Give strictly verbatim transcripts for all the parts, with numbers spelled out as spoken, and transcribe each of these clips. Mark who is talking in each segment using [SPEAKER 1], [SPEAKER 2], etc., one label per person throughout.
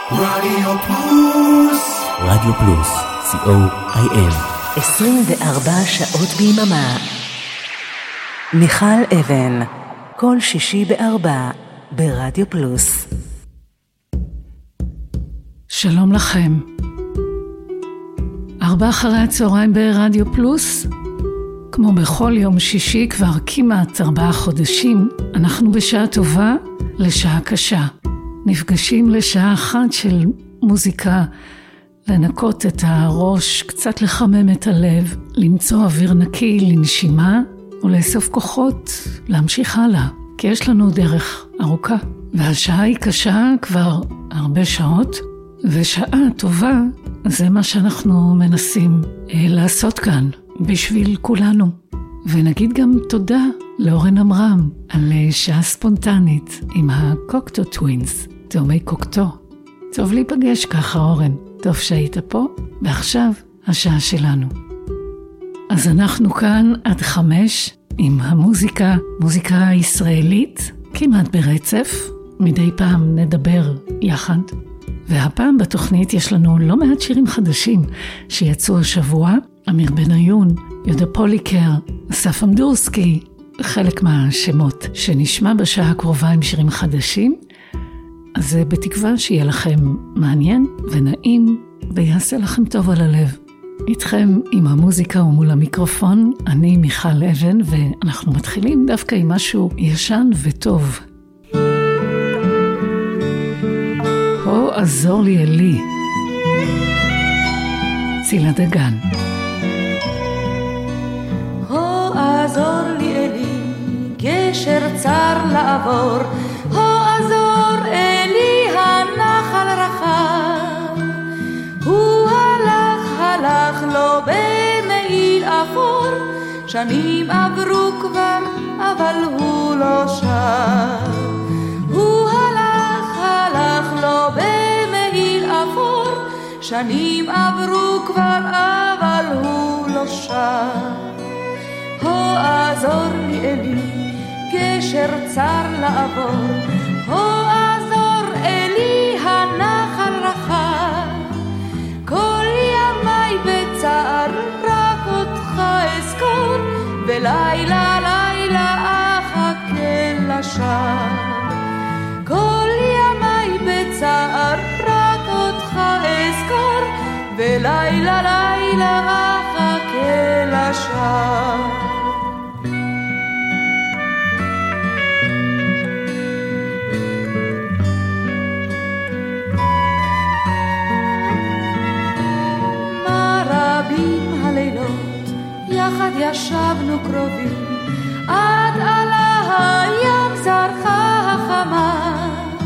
[SPEAKER 1] רדיו פלוס,
[SPEAKER 2] רדיו פלוס, סי או איי אל.
[SPEAKER 3] עשרים וארבע שעות ביממה. מיכל אבן, כל שישי בארבע, ברדיו פלוס.
[SPEAKER 4] שלום לכם. ארבע אחרי הצהריים ברדיו פלוס. כמו בכל יום שישי כבר כמעט ארבעה חודשים, אנחנו בשעה טובה לשעה קשה. נפגשים לשעה אחת של מוזיקה, לנקות את הראש, קצת לחמם את הלב, למצוא אוויר נקי לנשימה, ולאסוף כוחות, להמשיך הלאה, כי יש לנו דרך ארוכה. והשעה היא קשה כבר הרבה שעות, ושעה טובה זה מה שאנחנו מנסים אה, לעשות כאן, בשביל כולנו. ונגיד גם תודה לאורן אמרם על שעה ספונטנית עם הקוקטו טווינס, תאומי קוקטו. טוב להיפגש ככה אורן, טוב שהיית פה, ועכשיו השעה שלנו. אז אנחנו כאן עד חמש עם המוזיקה, מוזיקה ישראלית, כמעט ברצף, מדי פעם נדבר יחד. והפעם בתוכנית יש לנו לא מעט שירים חדשים שיצאו השבוע, אמיר בניון, יהודה פוליקר, אסף אמדורסקי, חלק מהשמות שנשמע בשעה הקרובה עם שירים חדשים. אז בתקווה שיהיה לכם מעניין ונעים ויעשה לכם טוב על הלב. איתכם עם המוזיקה ומול המיקרופון, אני מיכל אבן, ואנחנו מתחילים דווקא עם משהו ישן וטוב. הו עזור לי אלי, צילה דגן.
[SPEAKER 5] הו עזור לי אלי, גשר צר לעבור, הו עזור אלי הנחל רחב, הוא הלך הלך לו במעיל אפור, שנים עברו כבר אבל הוא לא שב, הוא הלך הלך לו במעיל אפור, שנים עברו כבר אבל הוא לא שב. הו עזור לי אלי, גשר צר לעבור, הו עזור אלי הנחל רחב, כל ימי בצער רק אותך אזכור, ולילה לילה אחכה לשב, כל ימי בצער רק אותך אזכור, ולילה לילה אחכה לשב. רבים הלילות יחד ישבנו קרובים, עד עלה הים זרחה החמה,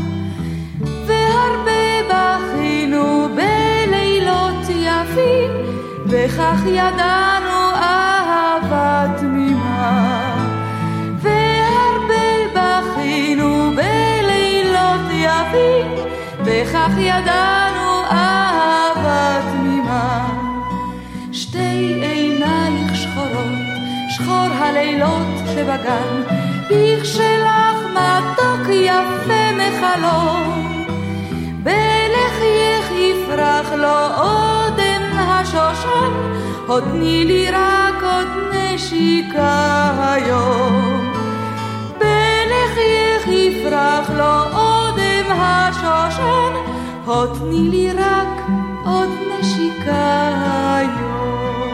[SPEAKER 5] והרבה בכינו בלילות יפים, וכך ידענו אהבה תמימה. והרבה בכינו בלילות יפים, וכך ידענו אהבה תמימה. שתי עינייך שחורות, שחור הלילות שבגן, פיך שלך מתוק יפה מחלום, בלחייך יפרח לו עודם השושן, עוד תני לי רק עוד נשיקה היום, בלחייך יפרח לו עודם השושן, עוד תני לי רק עוד נשיקה היום.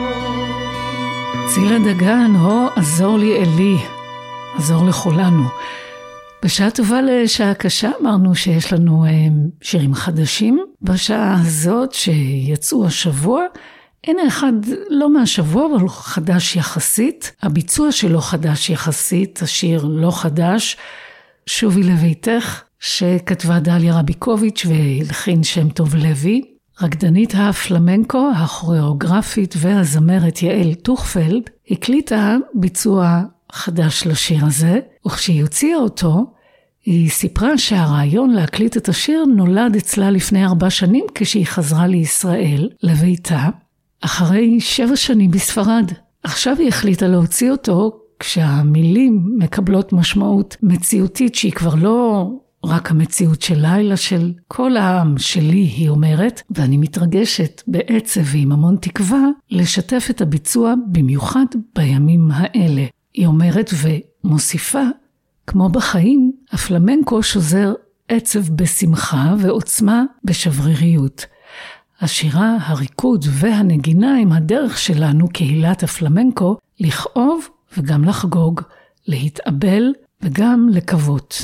[SPEAKER 4] צילה דגן, הו עזור לי אלי, עזור לכולנו. בשעה טובה לשעה קשה אמרנו שיש לנו שירים חדשים. בשעה הזאת שיצאו השבוע, אין אחד לא מהשבוע אבל חדש יחסית. הביצוע שלו חדש יחסית, השיר לא חדש, שובי לביתך, שכתבה דליה רביקוביץ' והלחין שם טוב לוי. רקדנית הפלמנקו, הכוריאוגרפית והזמרת יעל טוכפלד, הקליטה ביצוע חדש לשיר הזה, וכשהיא הוציאה אותו, היא סיפרה שהרעיון להקליט את השיר נולד אצלה לפני ארבע שנים, כשהיא חזרה לישראל, לביתה, אחרי שבע שנים בספרד. עכשיו היא החליטה להוציא אותו, כשהמילים מקבלות משמעות מציאותית שהיא כבר לא רק המציאות של לילה של כל העם שלי, היא אומרת, ואני מתרגשת בעצב ועם המון תקווה לשתף את הביצוע במיוחד בימים האלה. היא אומרת ומוסיפה, כמו בחיים, הפלמנקו שוזר עצב בשמחה ועוצמה בשבריריות. השירה, הריקוד והנגינה הם הדרך שלנו קהילת הפלמנקו לכאוב וגם לחגוג, להתאבל וגם לקוות.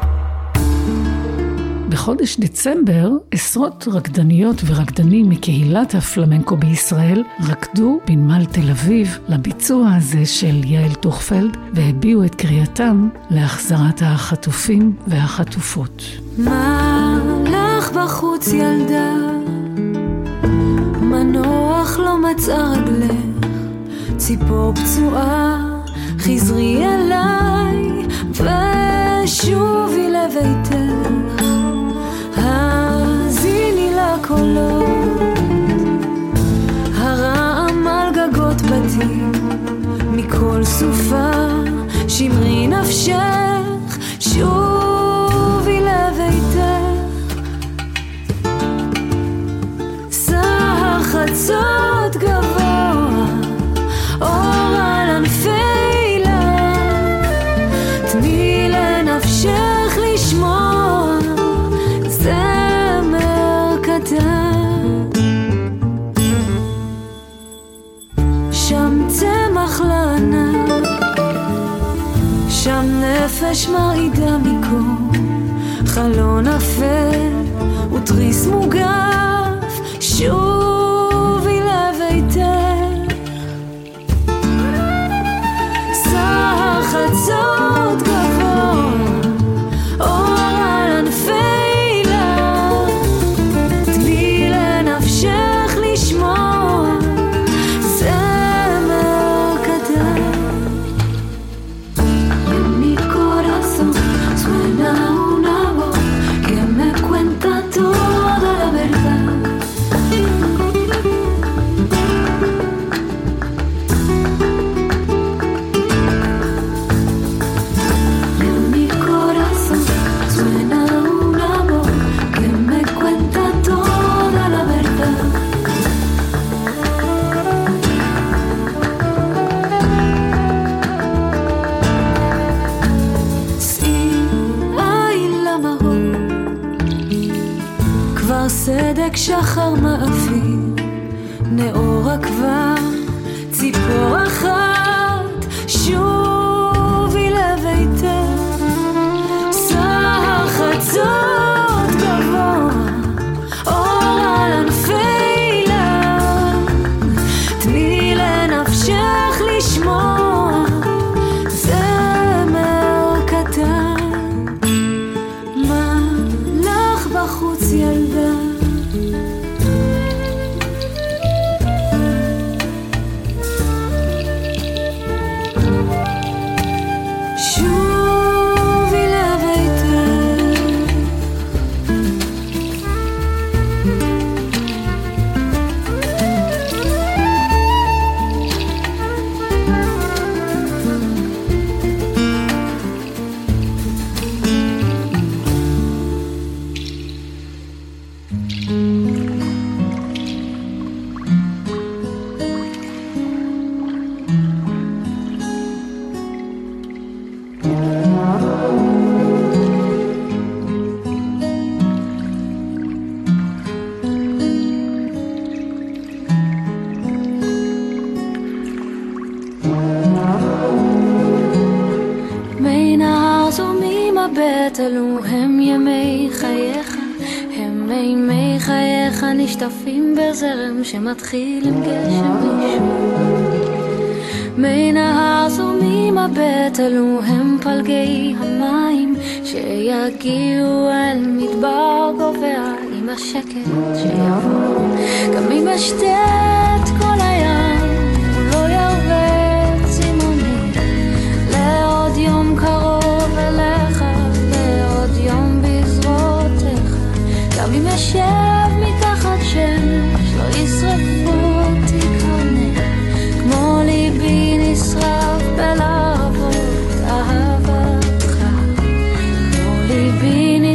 [SPEAKER 4] בחודש דצמבר, עשרות רקדניות ורקדנים מקהילת הפלמנקו בישראל רקדו בנמל תל אביב לביצוע הזה של יעל טוכפלד, והביעו את קריאתם להחזרת החטופים והחטופות.
[SPEAKER 6] מה לך בחוץ ילדה? מנוח לא מצא רגלך, ציפור פצועה, חזרי אליי ושובי לביתך. האזיני לקולות, הרעם על גגות בתים, מכל סופה שמרי נפשך, שובי לביתך. סהר חצות גבוה, אור על ענפי לך, תני לנפשך לשמוע זמר קטן. שם צמח לענק, שם נפש מרעידה מכל, חלון אפל ותריס מוגף, שובי לביתך. סהר חצות גבוה, אור על ענפי לך, תני לנפשך לשמוע זמר קטן. Mi corazón suena una voz que me cuenta toda la verdad. סדק שחר מאפיר, נאורה כבר, ציפור אחת, שובי לביתך. סהר חצות גבוה, אור על ענפי לך, תני לנפשך לשמוע זמר קטן. מה לך בחוץ ילדה?
[SPEAKER 7] אלו הם ימי חייך, הם ימי חייך נשטפים בזרם שמתחיל עם גשם ראשון. מי נהר זורמים מבט, אלו הם פלגי המים שיגיעו אל מדבר גובע עם השקט שיבוא. גם אם אשתת כל הים לא ירווה צימוני לעוד יום קרוב אליך, יום בזרועותיך. גם אם אשב מתחת שמש לא ישרפו אותי קרנך, כמו ליבי נשרף בלהבות אהבתך, כמו ליבי נשרף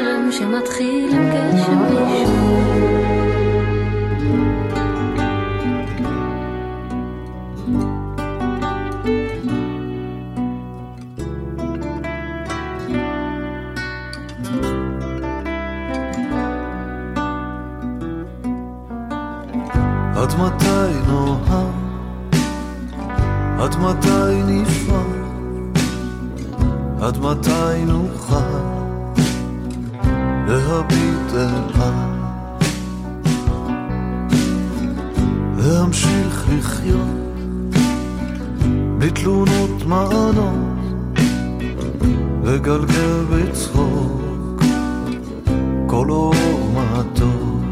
[SPEAKER 7] בזרם שמתחיל עם גשם ראשון.
[SPEAKER 8] עד מתי נוהר, עד מתי נפרד, עד מתי נוכל להביט אליו, להמשיך לחיות בלי תלונות מענות, לגלגל בצחוק כל אור מתוק.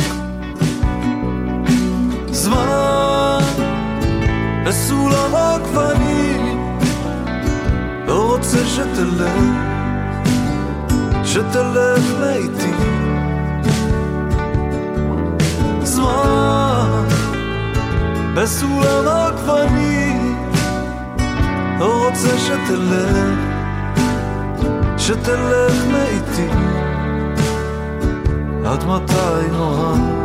[SPEAKER 8] זמן בסולם הגוונים, לא רוצה שתלך, שתלך לאיתי. זמן בסולם הגוונים, לא רוצה שתלך, שתלך לאיתי. עד מתי נוהר,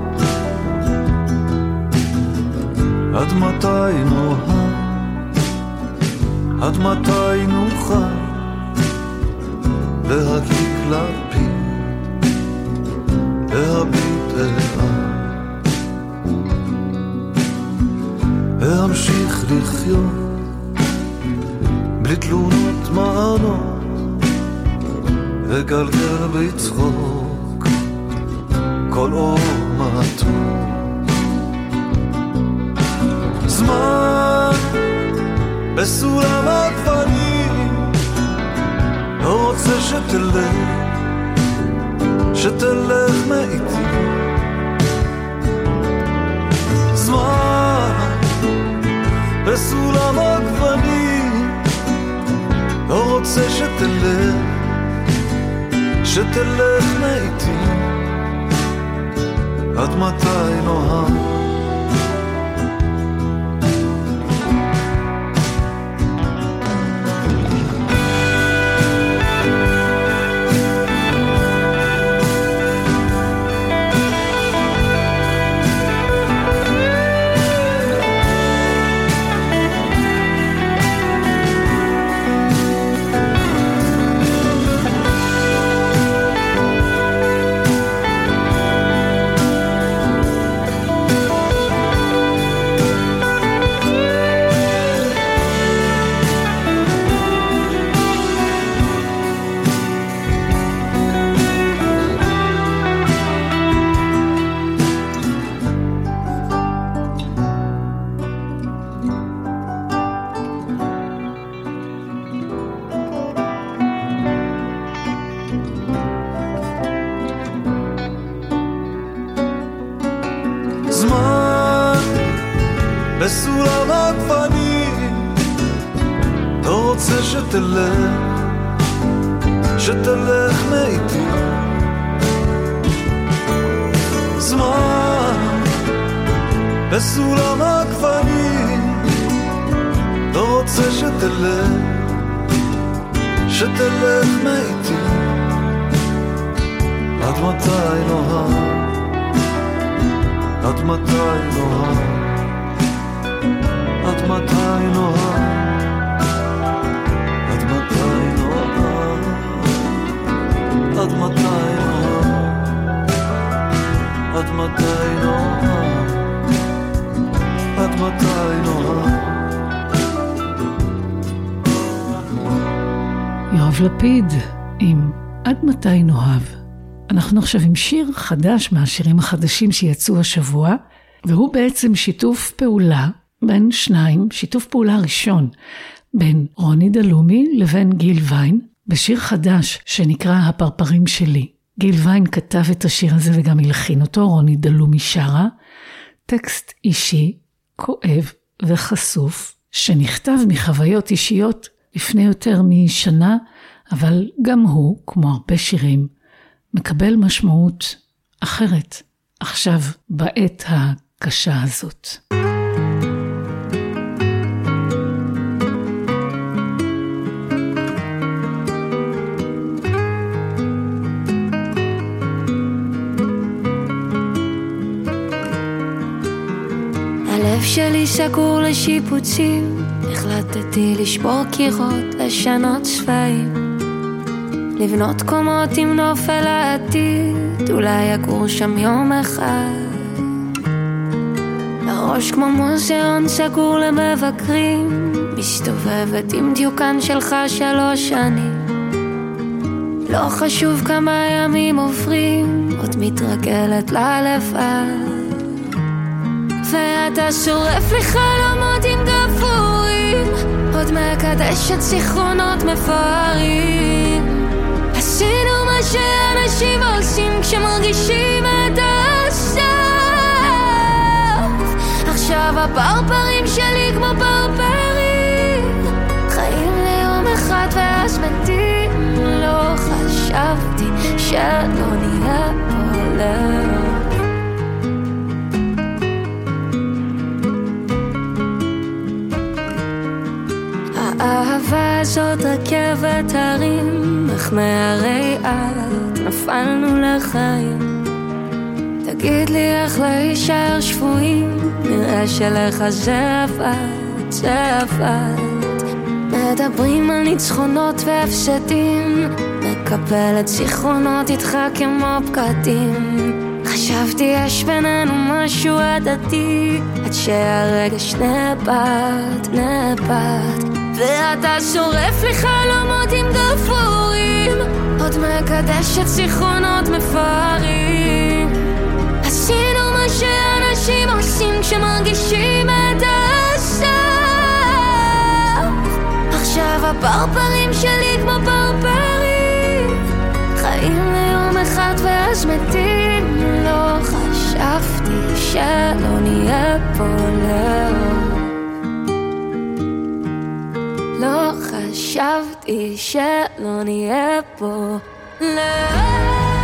[SPEAKER 8] עד מתי נוהר, עד מתי נוכל להדליק לפיד, להביט אליו, להמשיך לחיות בלי תלונות מענות, לגלגל בצחוק כל אור מתוק. זמן בסולם הגוונים, לא רוצה שתלך, שתלך מאיתי. זמן בסולם הגוונים, לא רוצה שתלך, שתלך מאיתי. עד מתי נוהר, בסולם הגוונים, לא רוצה שתלך, שתלך מאיתי. זמן בסולם הגוונים, לא רוצה שתלך, שתלך מאיתי. עד מתי נוהר, עד מתי נוהר, עד מתי נוהר, עד מתי נוהר, עד מתי נוהר, עד מתי נוהר, עד מתי נוהר.
[SPEAKER 4] יואב לפיד עם עד מתי נוהב. אנחנו עכשיו עם שיר חדש מהשירים החדשים שיצאו השבוע, והוא בעצם שיתוף פעולה בין שניים, שיתוף פעולה ראשון, בין רוני דלומי לבין גיל ויין, בשיר חדש שנקרא הפרפרים שלי. גיל ויין כתב את השיר הזה וגם הלחין אותו, רוני דלומי שרה, טקסט אישי, כואב וחשוף, שנכתב מחוויות אישיות לפני יותר משנה, אבל גם הוא, כמו הרבה שירים, מקבל משמעות אחרת, עכשיו בעת הקשה הזאת.
[SPEAKER 6] שלי סגור לשיפוצים, החלטתי לשבור קירות, לשנות צבעים, לבנות קומות עם נופל העתיד, אולי יגור שם יום אחד. הראש כמו מוזיאון סגור למבקרים, מסתובבת עם דיוקן שלך שלוש שנים, לא חשוב כמה ימים עוברים, עוד מתרגלת ללבד. ואתה שורף לי חלומות עם גפורים, עוד מקדשת זיכרונות מפוארים. עשינו מה שאנשים עושים כשמרגישים את הסוף. עכשיו הפרפרים שלי כמו פרפרים, חיים ליום אחד ואז מתים. לא חשבתי שלא נהיה פה לב. האהבה הזאת רכבת הרים, אך מהרי את נפלנו לחיים. תגיד לי איך להישאר שבויים, נראה שלך זה עבד, זה עבד. מדברים על ניצחונות והפסדים, מקפלת זיכרונות איתך כמו בגדים. חשבתי יש בינינו משהו הדדי, עד שהרגש נאבד, נאבד. ואתה שורף לי חלומות עם גפורים, עוד מקדשת זיכרונות מפוארים. עשינו מה שאנשים עושים כשמרגישים את הסוף. עכשיו הפרפרים שלי כמו פרפרים, חיים ליום אחד ואז מתים. לא חשבתי שלא נהיה פה לאור, לא חשבתי שלא נהיה פה לאור.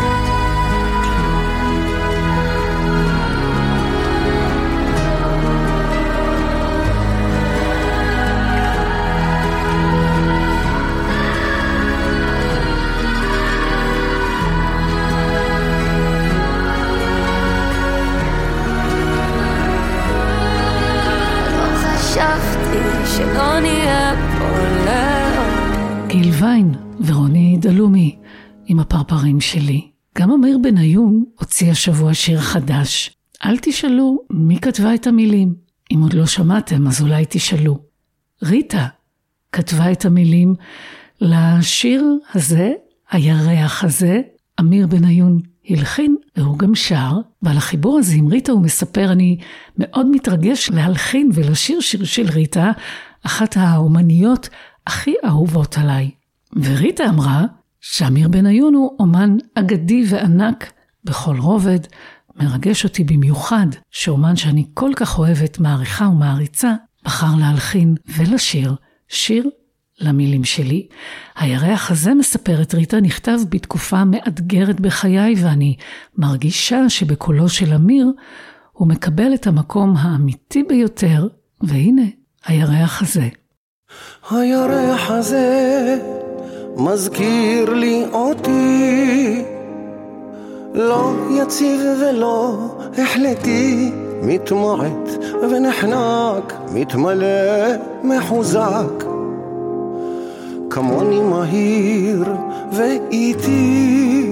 [SPEAKER 6] שלא נהיה פה לאור.
[SPEAKER 4] גיל ויין ורוני דלומי עם הפרפרים שלי. גם אמיר בניון הוציא השבוע שיר חדש. אל תשאלו מי כתבה את המילים. אם עוד לא שמעתם אז אולי תשאלו. ריטה כתבה את המילים לשיר הזה, הירח הזה. אמיר בניון הלחין והוא גם שר, ועל החיבור הזה עם ריטה הוא מספר, אני מאוד מתרגש להלחין ולשיר שיר של ריטה, אחת האומניות הכי אהובות עליי. וריטה אמרה שאמיר בניון הוא אומן אגדי וענק בכל רובד, מרגש אותי במיוחד שאומן שאני כל כך אוהבת, מעריכה ומעריצה, בחר להלחין ולשיר שיר למילים שלי. הירח הזה, מספרת ריטה, נכתב בתקופה מאתגרת בחיי, ואני מרגישה שבקולו של אמיר הוא מקבל את המקום האמיתי ביותר, והנה הירח הזה.
[SPEAKER 8] הירח הזה מזכיר לי אותי, לא יציב ולא החלטי, מתמעט ונחנק, מתמלא מחוזק, כמוני מהיר ואיתי.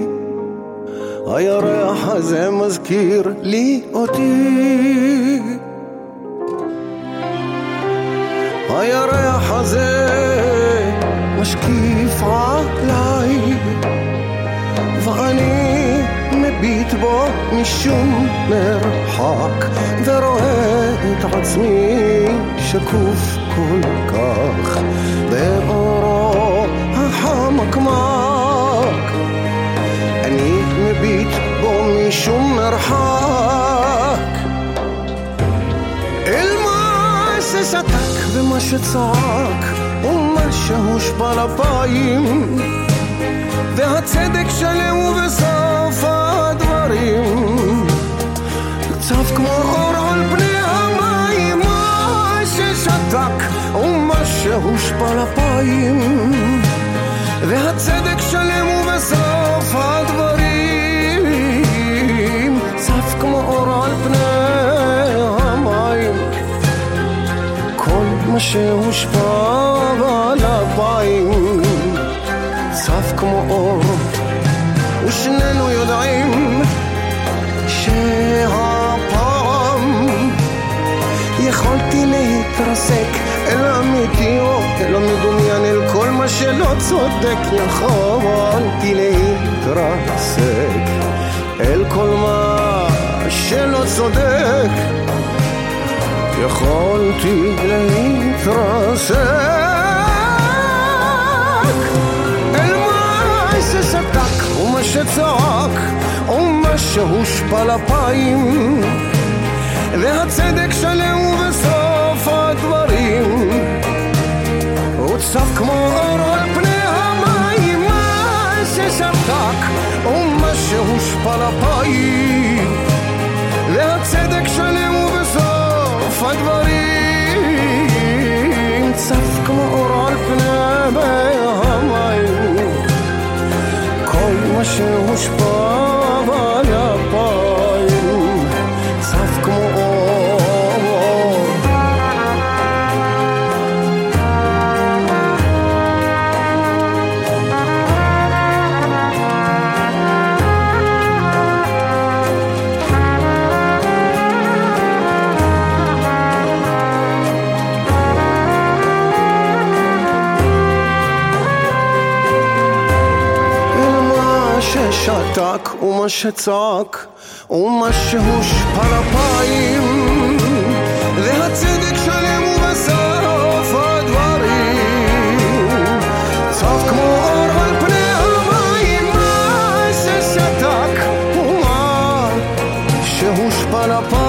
[SPEAKER 8] הירח הזה מזכיר לי אותי. הירח הזה משקיף עליי, ואני מביט בו משום מרחק, ורואה את עצמי שקוף כל כך באורו החמקמק. אני מביט בו משום מרחק, אל מה ששתק ומה שצעק ומה שהושפע לפיים, והצדק שלם ובסוף הדברים צף כמו אור על פני המים. מה ששתק ומה שהושפע לפיים, והצדק שלם ובסוף הדברים צף כמו אור על פני המים. שהושפע על הבאים צף כמו אור, ושנינו יודעים שהפעם יכולתי להתרסק אל אמיתי או אל המדומיין, אל כל מה שלא צודק. יכולתי להתרסק אל כל מה שלא צודק. יכולתי להתרסק אל מה ששתק ומה שצעק ומה שהושפע לפיים, והצדק שלם ובסוף הדברים הוצף כמו אור על פני המים. מה ששתק ומה שהושפע לפיים, והצדק שלם ובסוף הדברים צף כמו אור על פני המים. כל מה שהושפע בלפיים צף כמו אור. שתק ומה שצעק ומה שהושפע לפיים, והצדק שלם ובסוף הדברים צף כמו אור על פני המים. מה ששתק ומה שהושפע לפיים.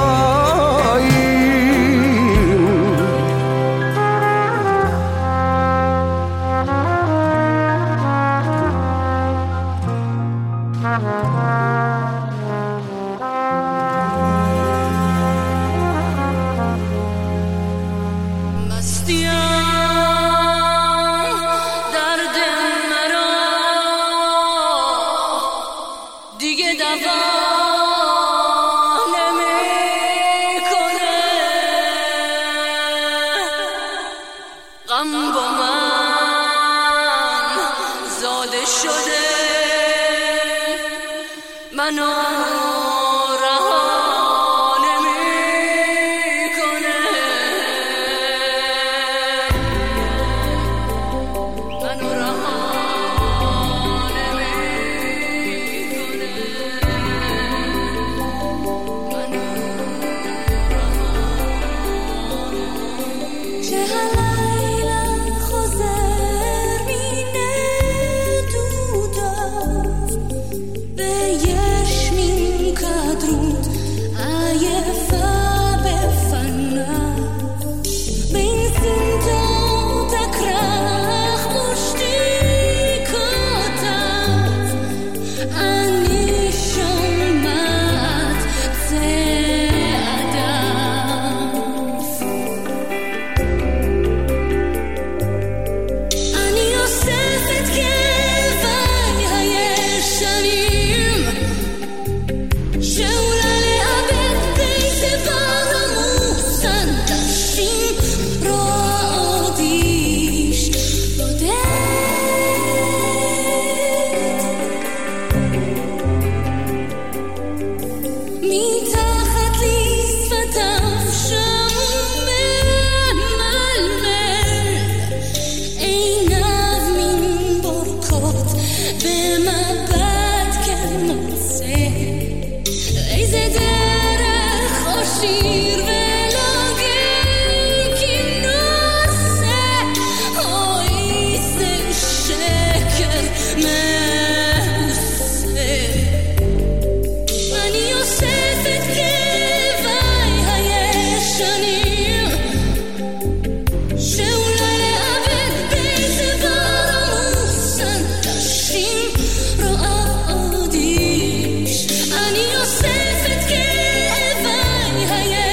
[SPEAKER 6] אני אוספת כאבי היש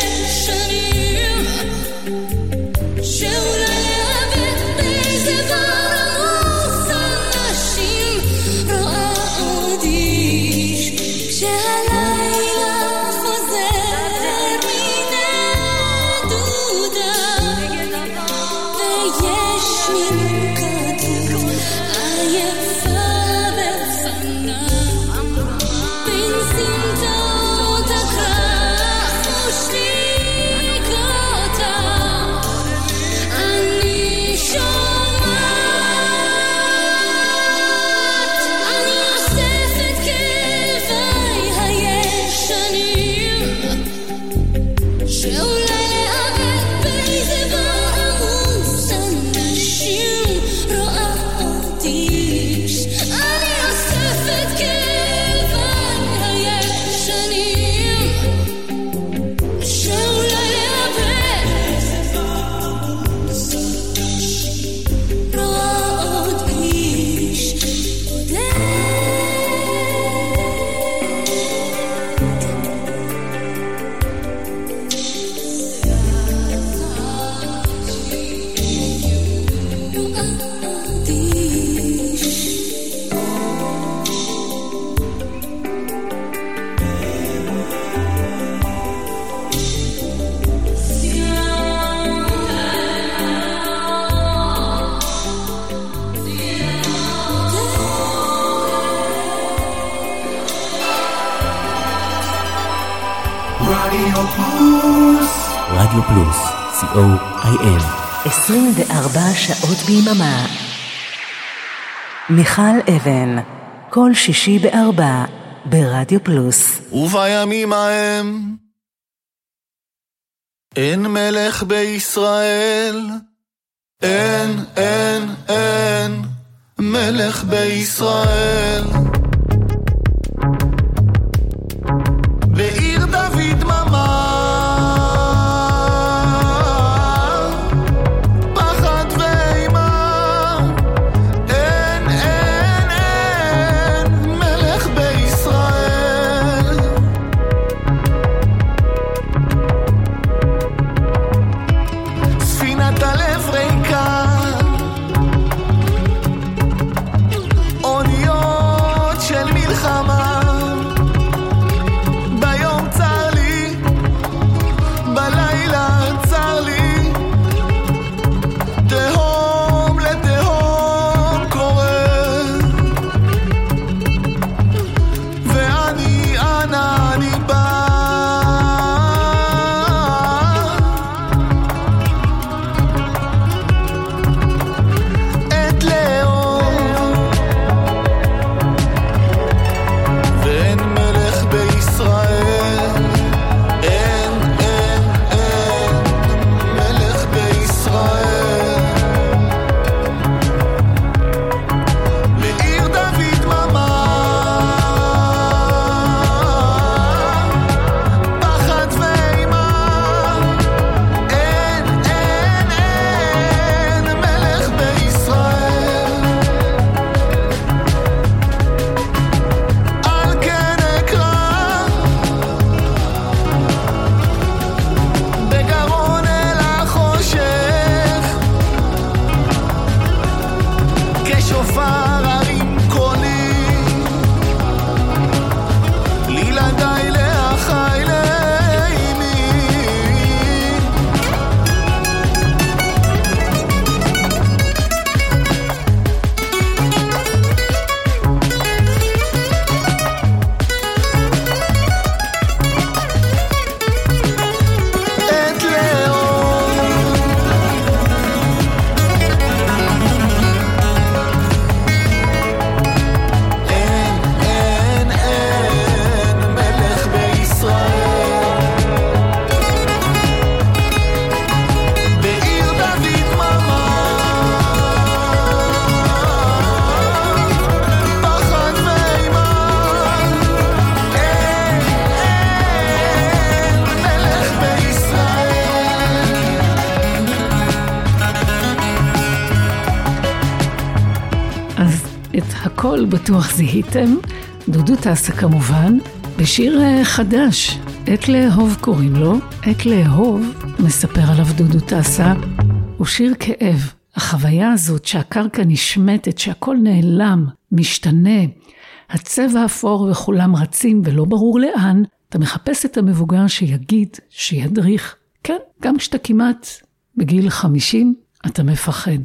[SPEAKER 1] רדיו פלוס.
[SPEAKER 2] רדיו פלוס, סי או איי אם.
[SPEAKER 3] עשרים וארבע שעות ביממה. מיכל אבן, כל שישי בארבע, ברדיו פלוס.
[SPEAKER 9] ובימים ההם אין מלך בישראל, אין, אין, אין מלך בישראל. בעיר דוד דממה, פחד ואימה, אין, אין, אין מלך בישראל. ספינת הלב ריקה, אוניות של מלחמה,
[SPEAKER 4] הכל בטוח זיהיתם, דודו טסה כמובן, בשיר חדש, עת לאהוב קוראים לו, עת לאהוב, מספר עליו דודו טסה, הוא שיר כאב, החוויה הזאת שהקרקע נשמטת, שהכל נעלם, משתנה, הצבע אפור וכולם רצים ולא ברור לאן, אתה מחפש את המבוגר שיגיד, שידריך, כן, גם כשאתה כמעט בגיל חמישים, אתה מפחד.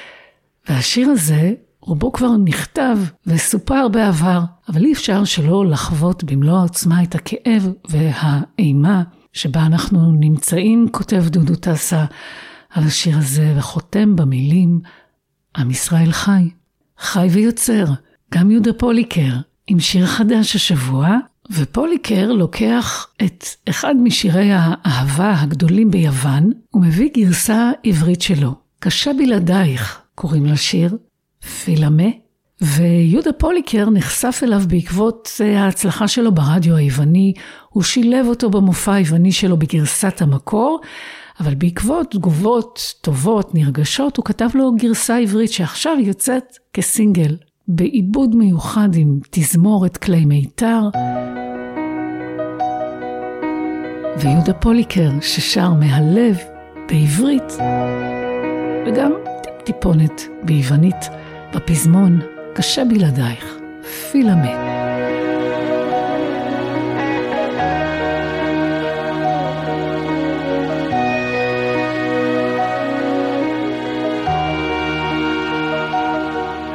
[SPEAKER 4] והשיר הזה, רובו כבר נכתב וסופר בעבר, אבל אי אפשר שלא לחוות במלוא העוצמה את הכאב והאימה שבה אנחנו נמצאים, כותב דודו טסה על השיר הזה וחותם במילים, עם ישראל חי, חי ויוצר, גם יהודה פוליקר עם שיר חדש השבוע, ופוליקר לוקח את אחד משירי האהבה הגדולים ביוון, ומביא גרסה עברית שלו, קשה בלעדייך קוראים לשיר, פילמה, ויהודה פוליקר נחשף אליו בעקבות ההצלחה שלו ברדיו היווני, הוא שילב אותו במופע היווני שלו בגרסת המקור, אבל בעקבות תגובות טובות, נרגשות, הוא כתב לו גרסה עברית שעכשיו יוצאת כסינגל, בעיבוד מיוחד עם תזמורת כלי מיתר, ויהודה פוליקר ששר מהלב בעברית, וגם טיפונת ביוונית, בפזמון קשה בלעדייך, פילמה.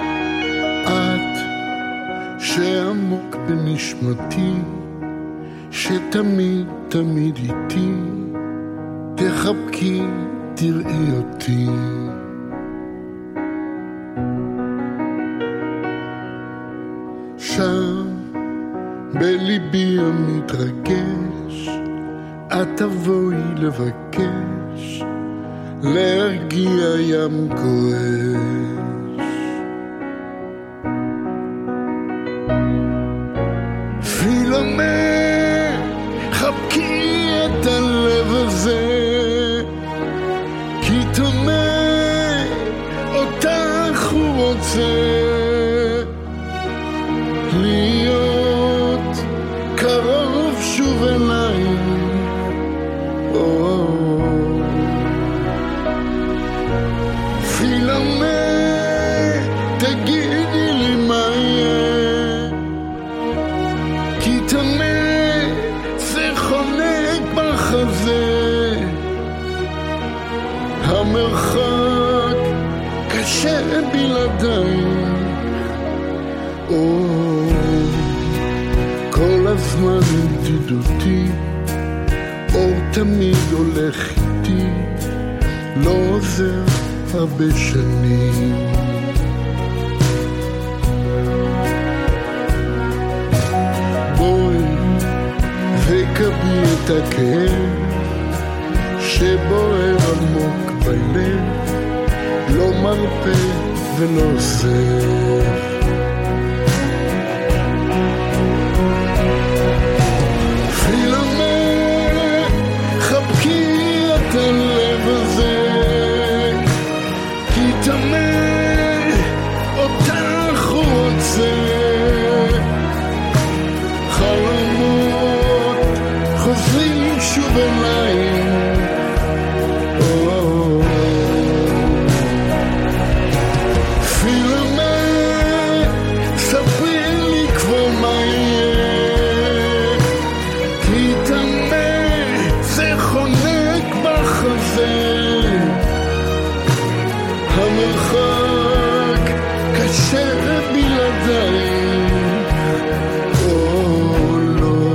[SPEAKER 10] את שעמוק בנשמתי,
[SPEAKER 8] שתמיד תמיד איתי, תחבקי תראי אותי. שם בליבי המתרגש, את תבואי לבקש, להרגיע ים גועש. פילומה, חבקי את הלב הזה, כי תונה אותך הוא רוצה, להיות קרוב שוב אליי. פילומה, תגידי לי מה יהיה, כי תמה זה חונק בחזה, המרחק קשה בלעדיי. כל הזמן ידידותי, אור תמיד הולך איתי, לא עוזר הרבה שנים. בואי וקבי את הכאב שבוער עמוק בלב, לא מרפא ולא עוזר. הלב הזה, כי תמה אותך הוא רוצה, חלומות חוזרים שוב אליי. פילומה, ספרי לי כבר מה יהיה, כי תמה זה חונק המרחק קשה בלעדיי. או לא,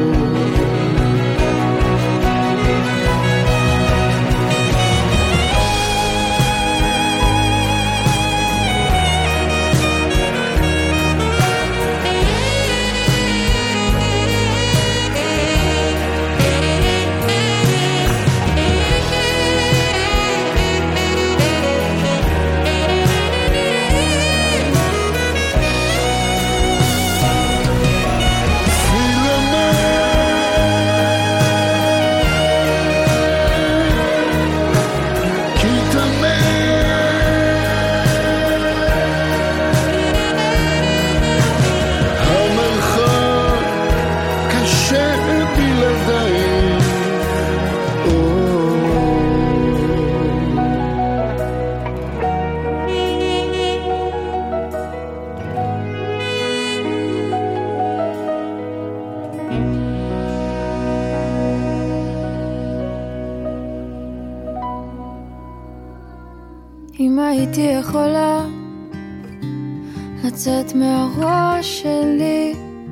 [SPEAKER 6] אם הייתי יכולה לצאת מהראש שלי,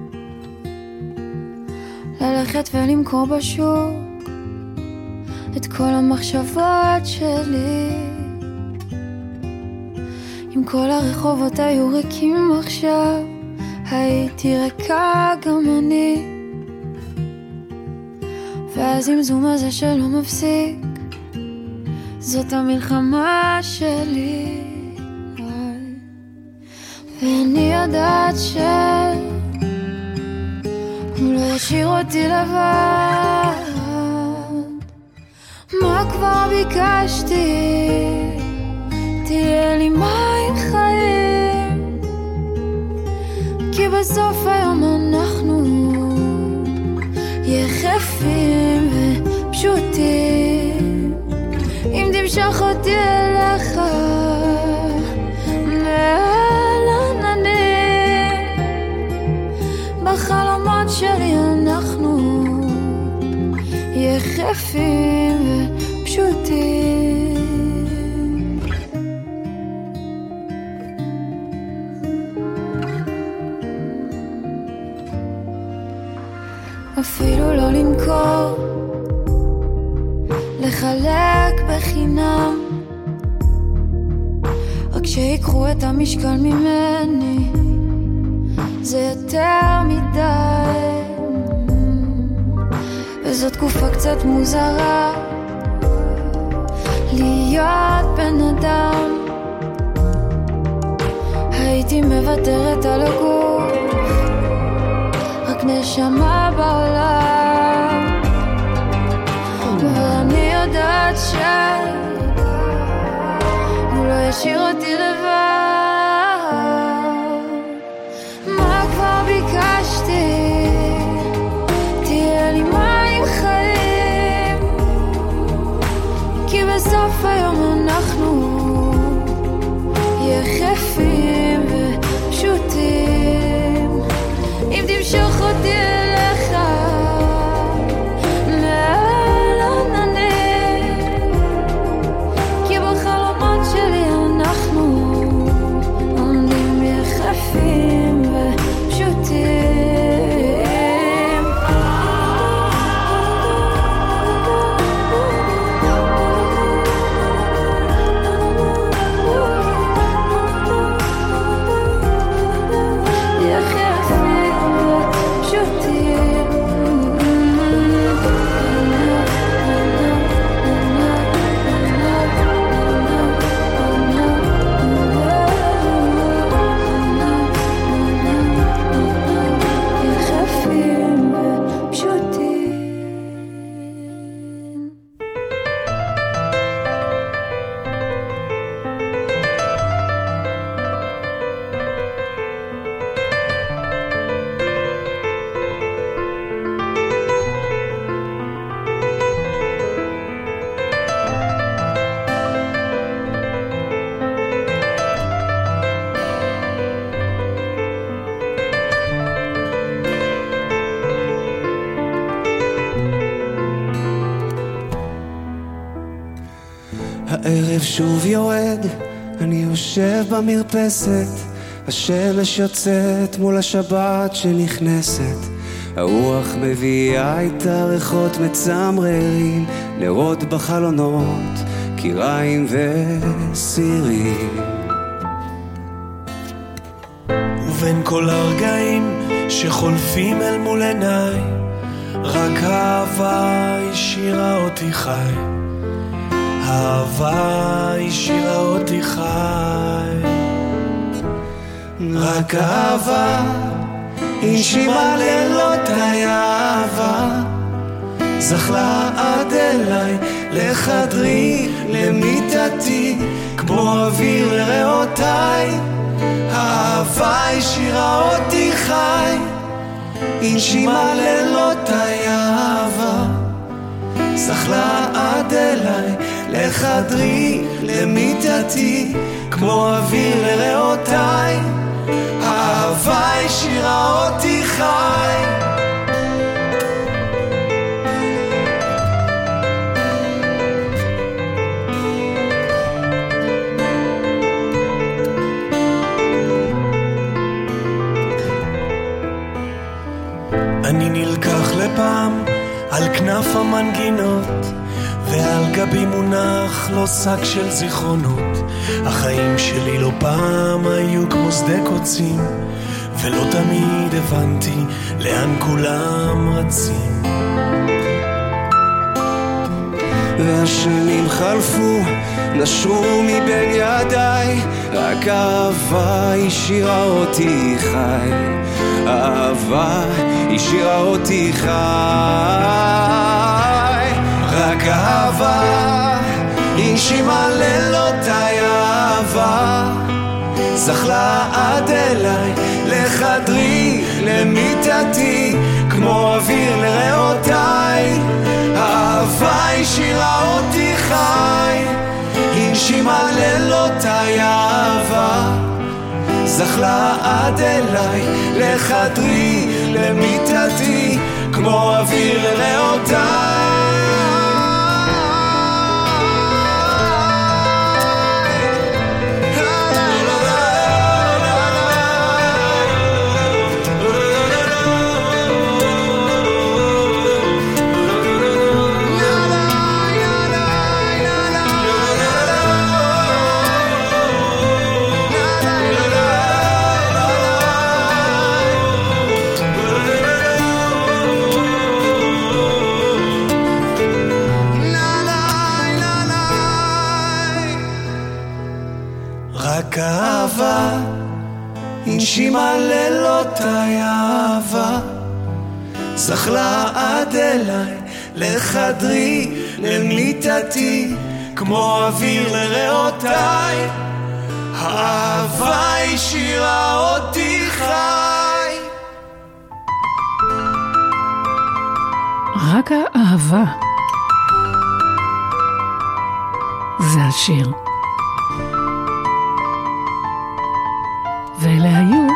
[SPEAKER 6] ללכת ולמכור בשוק את כל המחשבות שלי, אם כל הרחובות היו ריקים עכשיו, הייתי ריקה גם אני, והזמזום הזה שלא מפסיק, זאת המלחמה שלי. ואני יודעת שהוא לא ישאיר אותי לבד, מה כבר ביקשתי, תהיה לי מים חיים, כי בסוף היום אנחנו יחפים ופשוטים, אם תמשוך אותי אליך מעל עננים, בחלומות שלי אנחנו יחפים ופשוטים. אפילו לא למכור, לחלק בחינם, רק שיקחו את המשקל ממני, זה יותר מדי. וזו תקופה קצת מוזרה להיות בן אדם, הייתי מוותרת על הגוף, רק נשמה בעולם. ואני יודעת שהוא לא ישאיר אותי לבד. מה כבר ביקשתי? תהיה לי מים חיים, כי בסוף היום אנחנו יחפים ופשוטים. אם תמשוך אותי אליך מעל עננים, כי בחלומות שלי אנחנו עומדים יחפים ופשוטים.
[SPEAKER 10] הערב שוב יורד, אני יושב במרפסת, השמש יוצאת מול השבת שנכנסת, הרוח מביאה איתה ריחות מצמררים, נרות בחלונות, קיריים וסירים.
[SPEAKER 11] ובין כל הרגעים שחולפים אל מול עיניי, רק האהבה השאירה אותי חי, האהבה השאירה אותי חי.
[SPEAKER 10] רק אהבה הנשימה לילות האהבה, זחלה עד אליי לחדרי למיטתי, כמו אוויר לריאותיי. האהבה השאירה אותי חי, הנשימה לילות האהבה, זחלה עד אליי לחדרי למיטתי, כמו אוויר לריאותיי. האהבה השאירה אותי חי.
[SPEAKER 11] אני נלקח לפעם על כנף המנגינות, ועל גבי מונח לא שק של זיכרונות. החיים שלי לא פעם היו כמו שדה קוצים, ולא תמיד הבנתי לאן כולם רצים.
[SPEAKER 10] והשנים חלפו, נשרו מבין ידיי, רק אהבה השאירה אותי חי. אהבה השאירה אותי חי. רק אהבה הנשימה לילות האהבה, זחלה עד אליי לחדרי למיטתי, כמו אוויר לריאותיי. האהבה השאירה אותי חי, הנשימה לילות האהבה, זחלה עד אליי לחדרי למיטתי, כמו אוויר לריאותיי. הנשימה לילותיי אהבה זחלה עד אליי לחדרי למיטתי כמו אוויר לריאותיי האהבה השאירה אותי חי
[SPEAKER 4] רק האהבה זה השיר. ואלה היו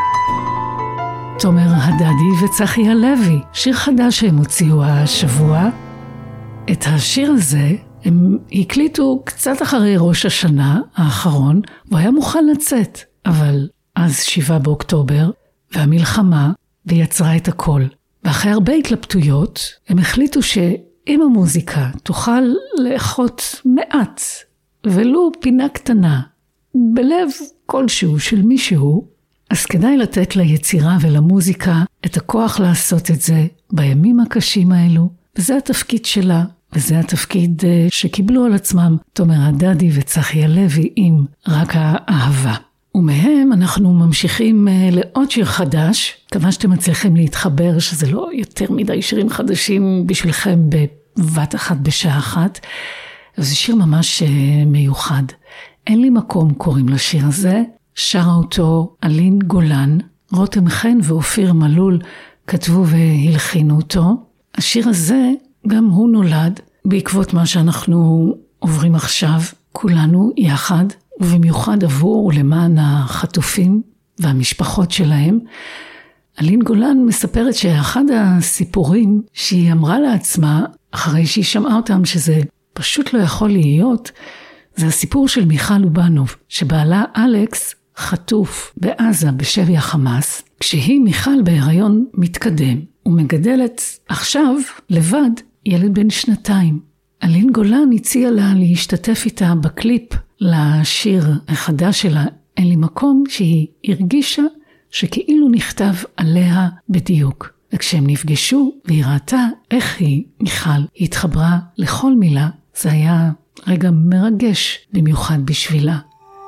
[SPEAKER 4] תומר הדדי וצחי הלוי, שיר חדש שהם הוציאו השבוע. את השיר הזה הם הקליטו קצת אחרי ראש השנה האחרון, והוא היה מוכן לצאת, אבל אז שבעה באוקטובר, והמלחמה, ויצרה את הכל. ואחרי הרבה התלבטויות, הם החליטו שאם המוזיקה תוכל לאחות מעט, ולו פינה קטנה, בלב כלשהו של מישהו, אז כדאי לתת ליצירה ולמוזיקה את הכוח לעשות את זה בימים הקשים האלו, וזה התפקיד שלה, וזה התפקיד שקיבלו על עצמם תומר הדדי וצחי הלוי עם רק האהבה. ומהם אנחנו ממשיכים לעוד שיר חדש, כמה שאתם מצליחים להתחבר שזה לא יותר מדי שירים חדשים בשבילכם בבת אחת בשעה אחת, זה שיר ממש מיוחד. אין לי מקום קוראים לשיר הזה, שרה אותו אלין גולן, רותם חן ואופיר מלול כתבו והלחינו אותו. השיר הזה גם הוא נולד בעקבות מה שאנחנו עוברים עכשיו, כולנו יחד, ובמיוחד עבור ולמען החטופים והמשפחות שלהם. אלין גולן מספרת שאחד הסיפורים שהיא אמרה לעצמה, אחרי שהיא שמעה אותם שזה פשוט לא יכול להיות, זה הסיפור של מיכל לובנוב, שבעלה אלכס חטוף בעזה בשבי החמאס, כשהיא מיכל בהיריון מתקדם, ומגדלת עכשיו לבד ילד בן שנתיים. אלין גולן הציעה לה להשתתף איתה בקליפ לשיר החדש שלה, אין לי מקום, שהיא הרגישה שכאילו נכתב עליה בדיוק. וכשהם נפגשו והיא ראתה איך היא, מיכל, התחברה לכל מילה, זה היה רגע מרגש במיוחד בשבילה.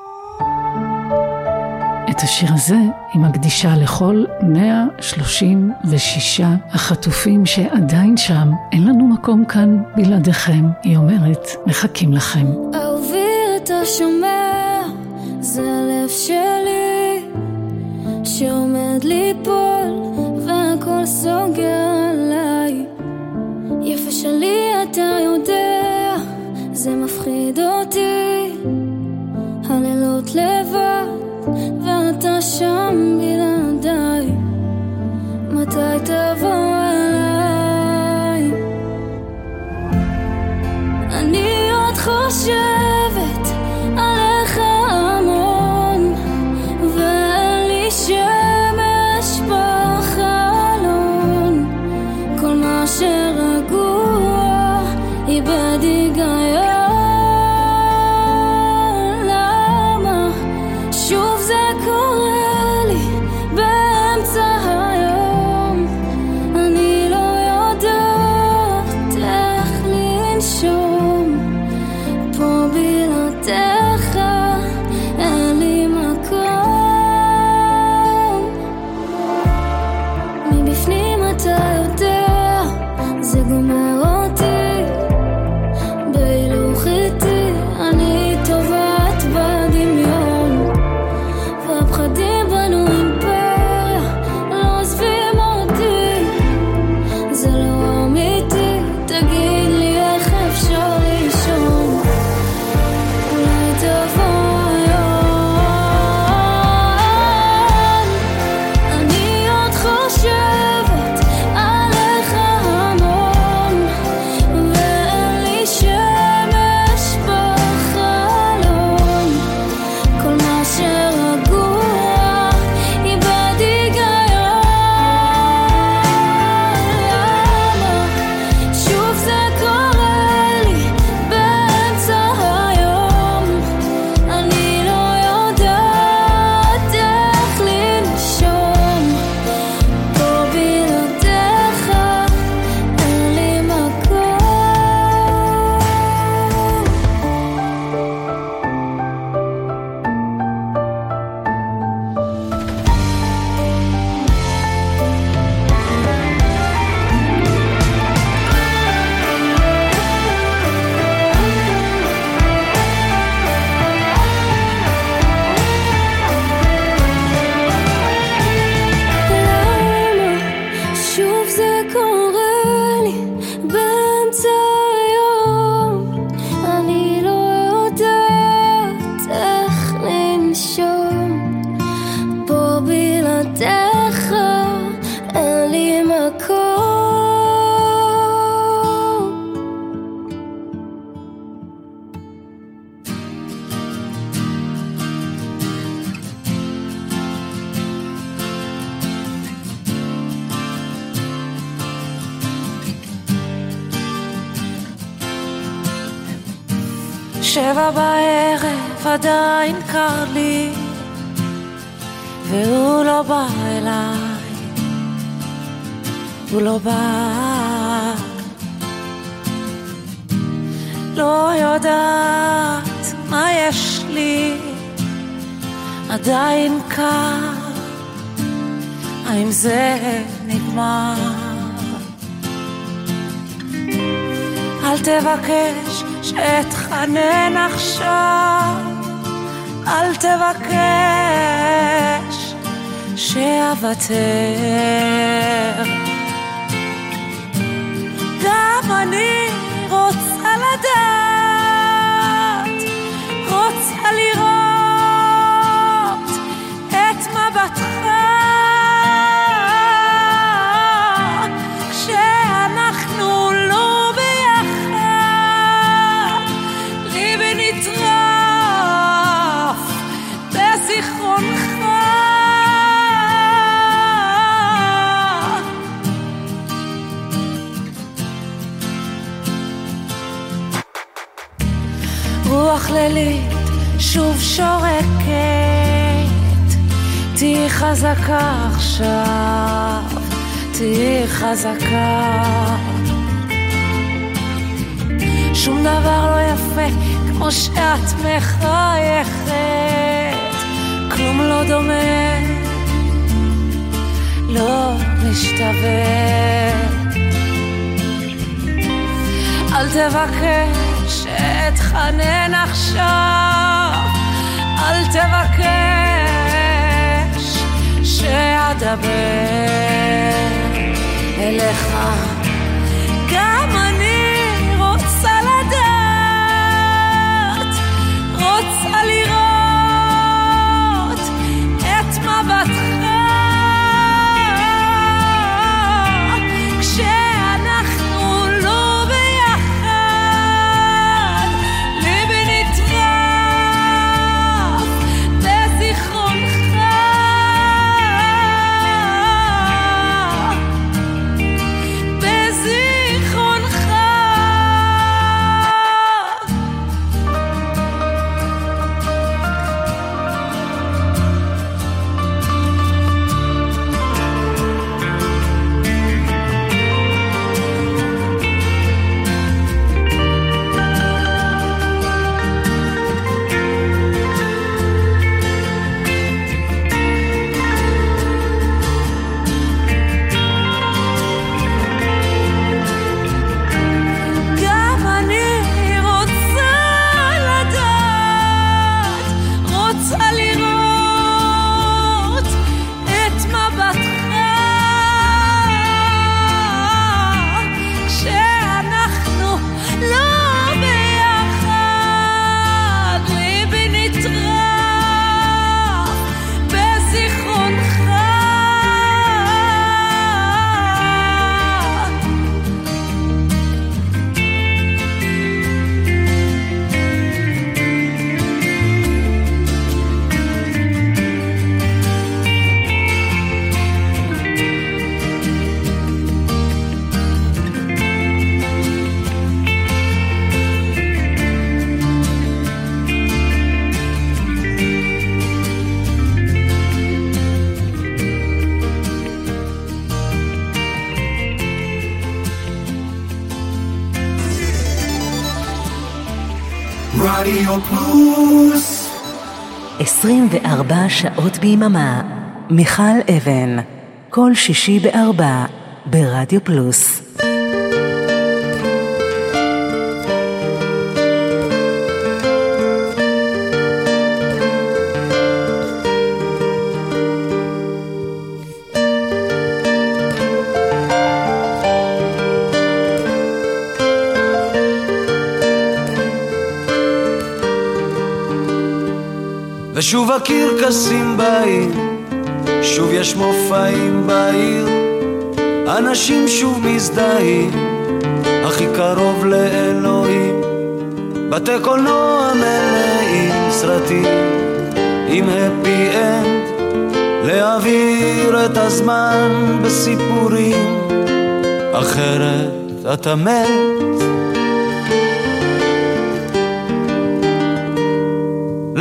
[SPEAKER 4] את השיר הזה היא מקדישה לכל מאה שלושים ושישה החטופים שעדיין שם, אין לנו מקום כאן בלעדיכם, היא אומרת, מחכים לכם.
[SPEAKER 6] אהובי אתה שומע, זה הלב שלי שעומד ליפול והכל סוגר עליי. יפה שלי אתה יודע, זה מפחיד אותי, הלילות לבד ואתה שם בלעדיי, מתי תבוא אליי? אני עוד חושבת עליך המון, ואין לי שמש בחלון, כל מה שרגוע איבד היגיון. חושבת עליך המון, שבע בערב עדיין קר לי, והוא לא בא אליי, הוא לא בא. לא יודעת מה יש לי, עדיין קר, האם זה נגמר? אל תבקש שאתחנן עכשיו, אל תבקש שאוותר. גם אני רוצה לדעת, רוצה לראות את מבטך כשאנחנו לא ביחד, ליבי נטרף בזיכרונך. רוח לילית שוב שורקת, תהי חזקה עכשיו, תהי חזקה. שום דבר לא יפה כמו שאת מחייכת, כלום לא דומה, לא משתווה. אל תבקש שאתחנן עכשיו, אל תבקש שאדבר אליך. גם אני רוצה לדעת, רוצה לראות את מבטך כשאנחנו לא ביחד, ליבי נטרף בזיכרונך. בזיכרונך. גם אני רוצה לדעת, רוצה לראות את מבטך כשאנחנו לא ביחד, ליבי נטרף בזיכרונך.
[SPEAKER 10] רדיו פלוס
[SPEAKER 3] עשרים וארבע שעות ביממה. מיכל אבן, כל שישי בארבע ברדיו פלוס.
[SPEAKER 10] ושוב הקרקסים בעיר, שוב יש מופעים בעיר, אנשים שוב מזדהים, הכי קרוב לאלוהים. בתי קולנוע מלאים סרטים עם הפי אנד, להעביר את הזמן בסיפורים, אחרת אתה מת.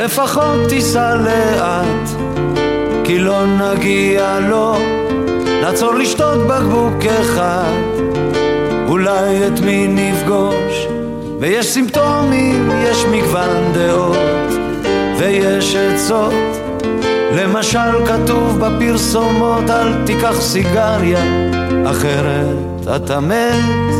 [SPEAKER 10] לפחות תיסע לאט, כי לא נגיע לו לעצור לשתות בקבוק אחד. אולי את מי נפגוש, ויש סימפטומים, יש מגוון דעות ויש עצות. למשל כתוב בפרסומות אל תיקח סיגריה אחרת אתה מת.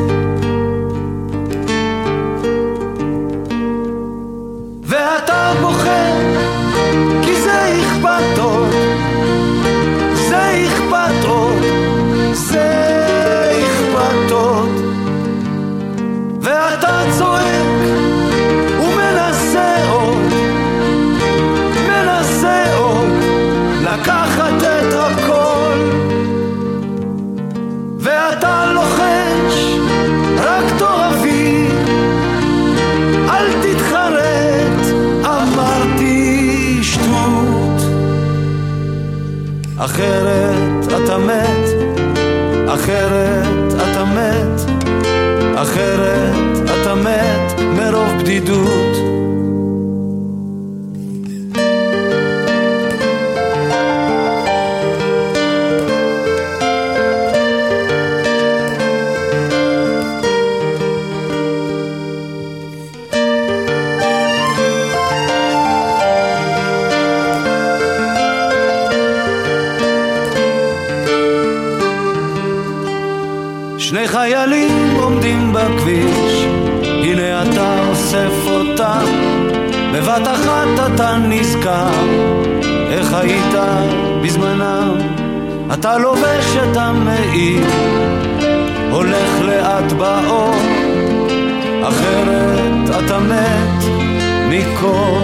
[SPEAKER 10] ואתה בוחר כי זה אכפת עוד, זה אכפת עוד, זה אכפת עוד. ואתה צועק ומנסה עוד, מנסה עוד לקחת את הכל. ואתה לוחש רק תורבי, אל תתחרט, אמרתי שטות. אחרת אתה מת, אחרת אתה מת, אחרת אתה מת מרוב בדידות. שני חיילים עומדים בכביש, הנה אתה אוסף אותם, בבת אחת אתה נזכר איך היית בזמנם. אתה לובש את המעיל, הולך לאט באור, אחרת אתה מת מקור.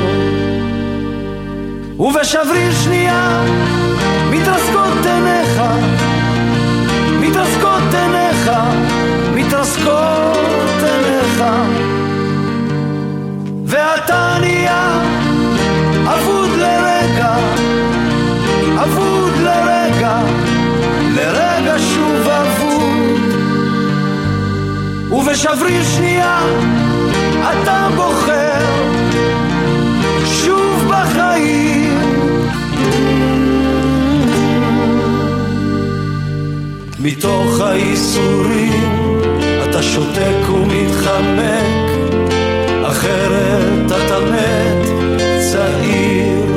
[SPEAKER 10] ובשבריר שנייה מתרסקות עיניך, מתרסקות עיניך, מתרסקות עיניך. ואתה נהיה אבוד לרגע, אבוד לרגע, לרגע שוב אבוד. ובשבריר שנייה אתה בוחר שוב בחיים. מתוך האיסורים אתה שותק ומתחמק, אחרת אתה מת צעיר.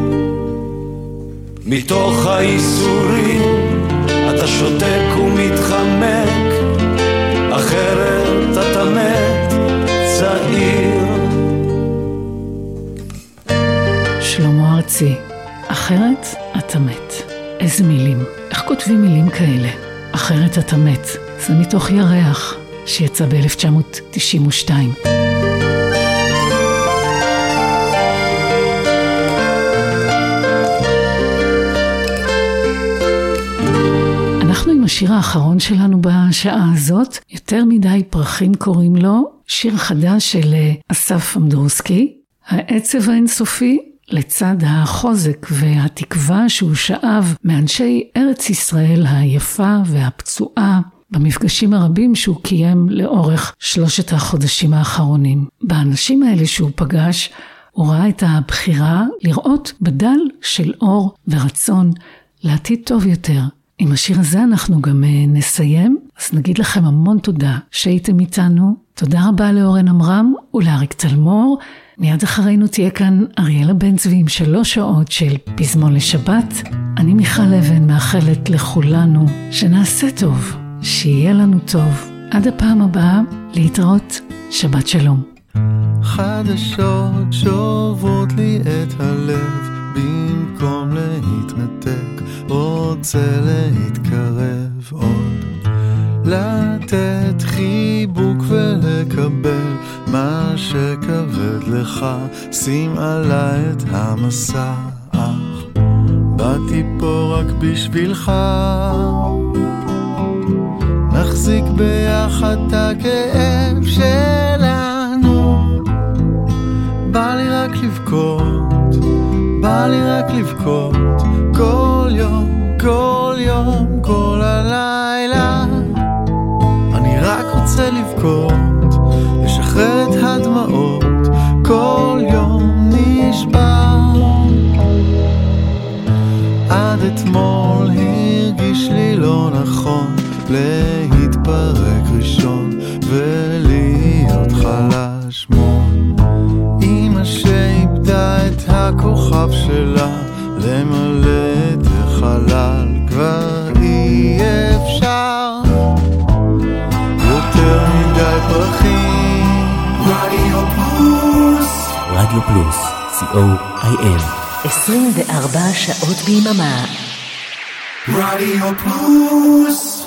[SPEAKER 10] מתוך האיסורים אתה שותק ומתחמק, אחרת אתה מת צעיר.
[SPEAKER 4] שלמה ארצי, אחרת אתה מת. איזה מילים, איך כותבים מילים כאלה? אחרת אתה מת. זה מתוך ירח שיצא ב-אלף תשע מאות תשעים ושתיים. אנחנו עם השיר האחרון שלנו בשעה הזאת, יותר מדי פרחים קוראים לו, שיר חדש של אסף אמדורסקי, העצב האינסופי לצד החוזק והתקווה שהוא שאב מאנשי ארץ ישראל היפה והפצועה במפגשים הרבים שהוא קיים לאורך שלושת החודשים האחרונים. באנשים האלה שהוא פגש, הוא ראה את הבחירה לראות בדל של אור ורצון לעתיד טוב יותר. עם השיר הזה אנחנו גם נסיים, אז נגיד לכם המון תודה שהייתם איתנו. תודה רבה לאורן אמרם ולאריק תלמור. מיד אחרינו תהיה כאן אריאלה בן צבי עם שלוש שעות של פזמון לשבת. אני מיכל אבן מאחלת לכולנו שנעשה טוב, שיהיה לנו טוב. עד הפעם הבאה, להתראות, שבת שלום.
[SPEAKER 9] חדשות שוברות לי את הלב, במקום להתנתק רוצה להתקרב עוד, לתת חיבוק ולקבל מה שכבד לך, שים עליי את המסע, אך באתי פה רק בשבילך. נחזיק ביחד את הכאב שלנו, בא לי רק לבכות, בא לי רק לבכות, כל יום, כל יום, כל הלילה. אני רק רוצה לבכות, לשחרר את הדמעות, כל יום נשבע להתפרק ראשון ולהיות חלש מון. אמא שאיבדה את הכוכב שלה למלא את החלל, כבר אי אפשר יותר מדי פרחים.
[SPEAKER 1] רדיו פלוס,
[SPEAKER 2] רדיו פלוס, סי או איי אם.
[SPEAKER 3] עשרים וארבע שעות ביממה.
[SPEAKER 1] רדיו פלוס